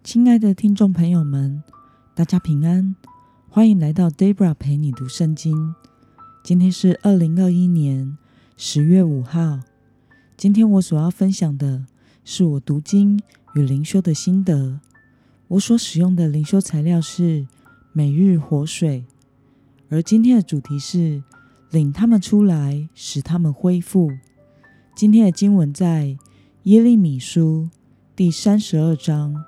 亲爱的听众朋友们，大家平安，欢迎来到 Debra 陪你读圣经。今天是2021年10月5号。今天我所要分享的是我读经与灵修的心得。我所使用的灵修材料是每日活水，而今天的主题是领他们出来，使他们恢复。今天的经文在耶利米书第32章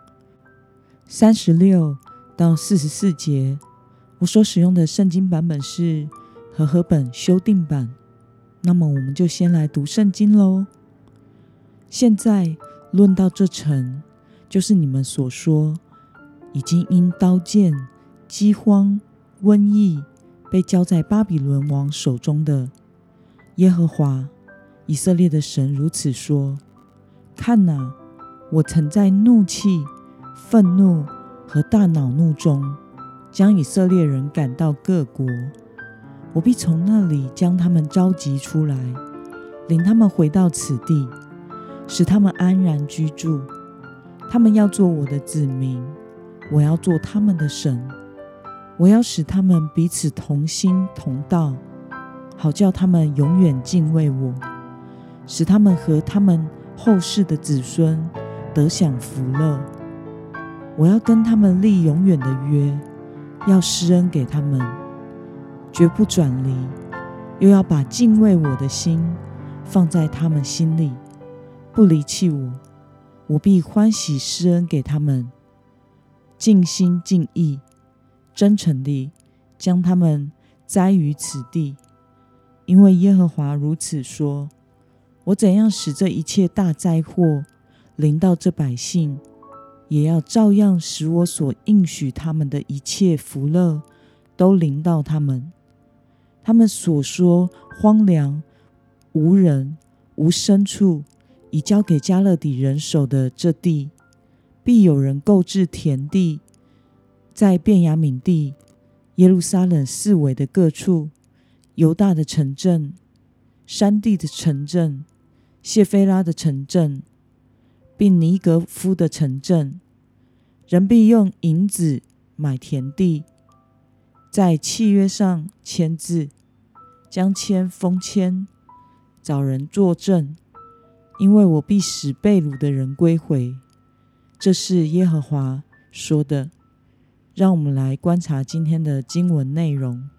36到44节。我所使用的圣经版本是和合本修订版。那么我们就先来读圣经咯。现在论到这城，就是你们所说已经因刀剑、饥荒、瘟疫被交在巴比伦王手中的。耶和华以色列的神如此说：看哪，我曾在怒气、愤怒和大恼怒中将以色列人赶到各国，我必从那里将他们召集出来，领他们回到此地，使他们安然居住。他们要做我的子民，我要做他们的神。我要使他们彼此同心同道，好叫他们永远敬畏我，使他们和他们后世的子孙得享福乐。我要跟他们立永远的约，要施恩给他们，绝不转离，又要把敬畏我的心放在他们心里，不离弃我。我必欢喜施恩给他们，尽心尽意真诚地将他们栽于此地。因为耶和华如此说：我怎样使这一切大灾祸临到这百姓，也要照样使我所应许他们的一切福乐都临到他们。他们所说荒凉、无人、无牲畜，已交给迦勒底人手的这地，必有人购置田地，在便雅悯地、耶路撒冷四围的各处、犹大的城镇、山地的城镇、谢菲拉的城镇，并尼格夫的城镇，人必用银子买田地，在契约上签字，将签封签，找人作证，因为我必使被掳的人归回。这是耶和华说的。让我们来观察今天的经文内容。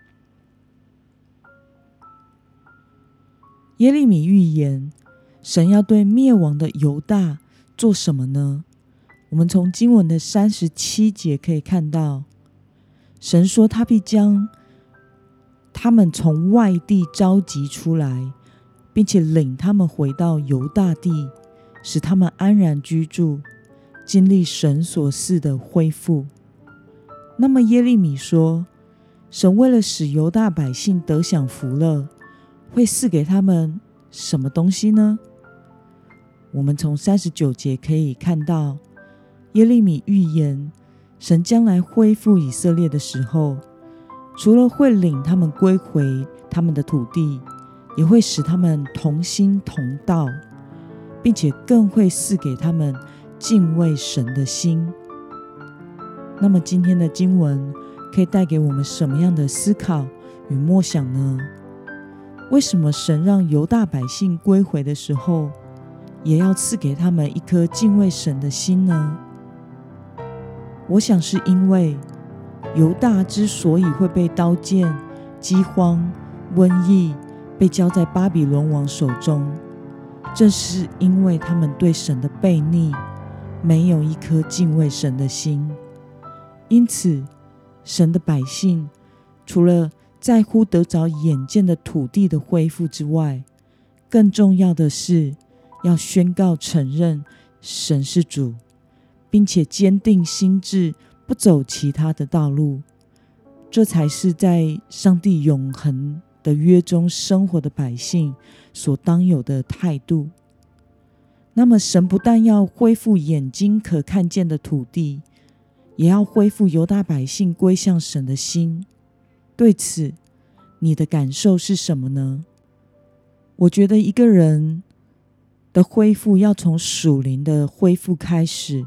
耶利米预言，神要对灭亡的犹大做什么呢？我们从经文的37节可以看到，神说他必将他们从外地召集出来，并且领他们回到犹大地，使他们安然居住，经历神所赐的恢复。那么耶利米说，神为了使犹大百姓得享福乐，会赐给他们什么东西呢？我们从39节可以看到，耶利米预言神将来恢复以色列的时候，除了会领他们归回他们的土地，也会使他们同心同道，并且更会赐给他们敬畏神的心。那么今天的经文可以带给我们什么样的思考与默想呢？为什么神让犹大百姓归回的时候，也要赐给他们一颗敬畏神的心呢？我想是因为犹大之所以会被刀剑、饥荒、瘟疫被交在巴比伦王手中，正是因为他们对神的悖逆，没有一颗敬畏神的心。因此，神的百姓除了在乎得着眼见的土地的恢复之外，更重要的是要宣告承认神是主，并且坚定心志，不走其他的道路。这才是在上帝永恒的约中生活的百姓所当有的态度。那么神不但要恢复眼睛可看见的土地，也要恢复犹大百姓归向神的心。对此，你的感受是什么呢？我觉得一个人的恢复要从属灵的恢复开始，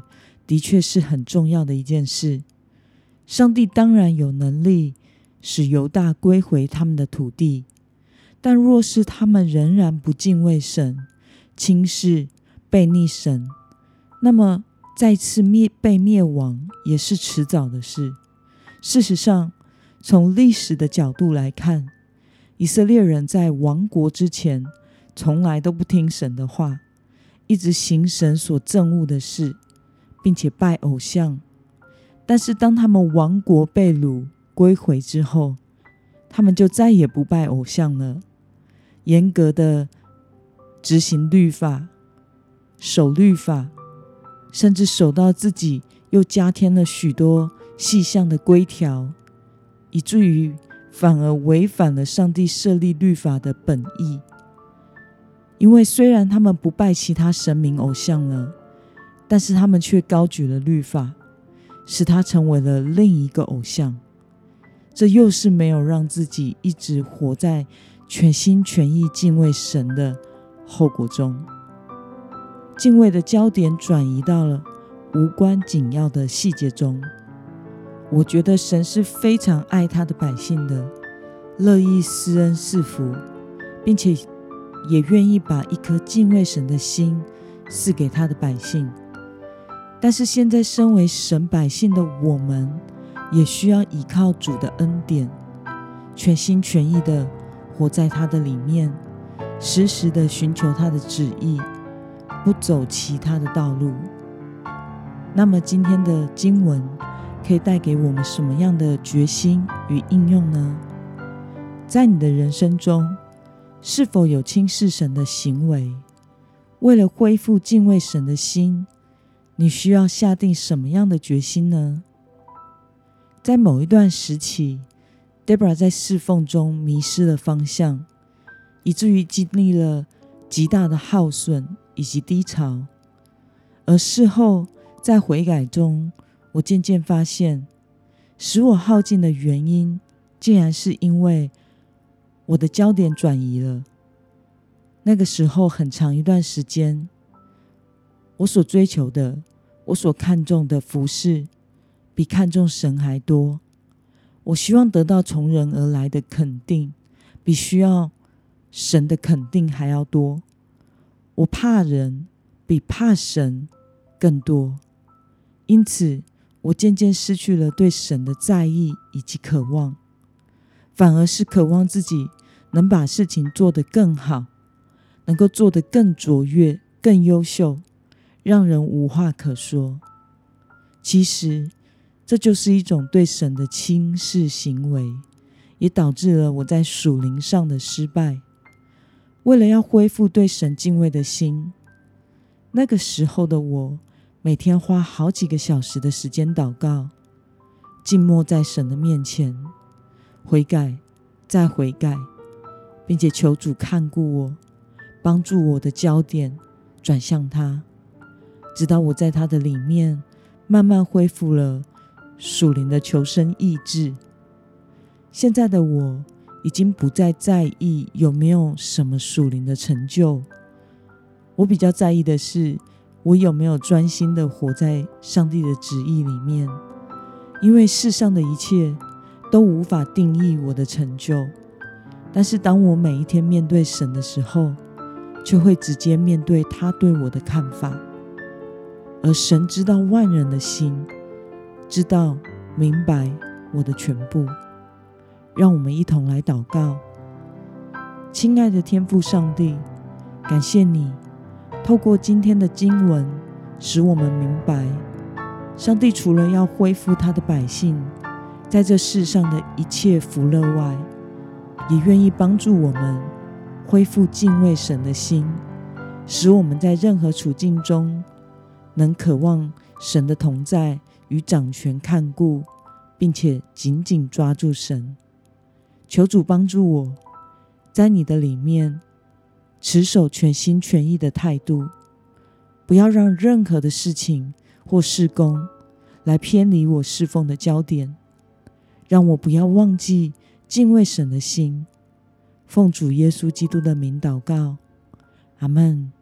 的确是很重要的一件事。上帝当然有能力使犹大归回他们的土地，但若是他们仍然不敬畏神，轻视悖逆神，那么再次被灭亡也是迟早的事。事实上，从历史的角度来看，以色列人在亡国之前从来都不听神的话，一直行神所憎恶的事，并且拜偶像。但是当他们亡国被掳归回之后，他们就再也不拜偶像了，严格的执行律法，守律法，甚至守到自己又加添了许多细项的规条，以至于反而违反了上帝设立律法的本意。因为虽然他们不拜其他神明偶像了，但是他们却高举了律法，使它成为了另一个偶像。这又是没有让自己一直活在全心全意敬畏神的后果中。敬畏的焦点转移到了无关紧要的细节中。我觉得神是非常爱他的百姓的，乐意施恩赐福，并且也愿意把一颗敬畏神的心赐给他的百姓。但是现在身为神百姓的我们，也需要依靠主的恩典，全心全意的活在他的里面，时时的寻求他的旨意，不走其他的道路。那么今天的经文可以带给我们什么样的决心与应用呢？在你的人生中，是否有轻视神的行为？为了恢复敬畏神的心，你需要下定什么样的决心呢？在某一段时期， Deborah 在侍奉中迷失了方向，以至于经历了极大的耗损以及低潮。而事后在悔改中，我渐渐发现，使我耗尽的原因，竟然是因为我的焦点转移了。那个时候很长一段时间，我所追求的，我所看重的服事，比看重神还多。我希望得到从人而来的肯定，比需要神的肯定还要多。我怕人，比怕神更多。因此，我渐渐失去了对神的在意以及渴望，反而是渴望自己能把事情做得更好，能够做得更卓越、更优秀，让人无话可说。其实，这就是一种对神的轻视行为，也导致了我在属灵上的失败。为了要恢复对神敬畏的心，那个时候的我，每天花好几个小时的时间祷告，静默在神的面前，悔改再悔改，并且求主看顾我，帮助我的焦点转向他，直到我在他的里面慢慢恢复了属灵的求生意志。现在的我已经不再在意有没有什么属灵的成就，我比较在意的是我有没有专心的活在上帝的旨意里面。因为世上的一切都无法定义我的成就，但是当我每一天面对神的时候，却会直接面对他对我的看法。而神知道万人的心，知道明白我的全部。让我们一同来祷告。亲爱的天父上帝，感谢你透过今天的经文，使我们明白，上帝除了要恢复他的百姓在这世上的一切福乐外，也愿意帮助我们恢复敬畏神的心，使我们在任何处境中能渴望神的同在与掌权看顾，并且紧紧抓住神。求主帮助我，在你的里面持守全心全意的态度，不要让任何的事情或事工来偏离我侍奉的焦点，让我不要忘记敬畏神的心。奉主耶稣基督的名祷告，阿们。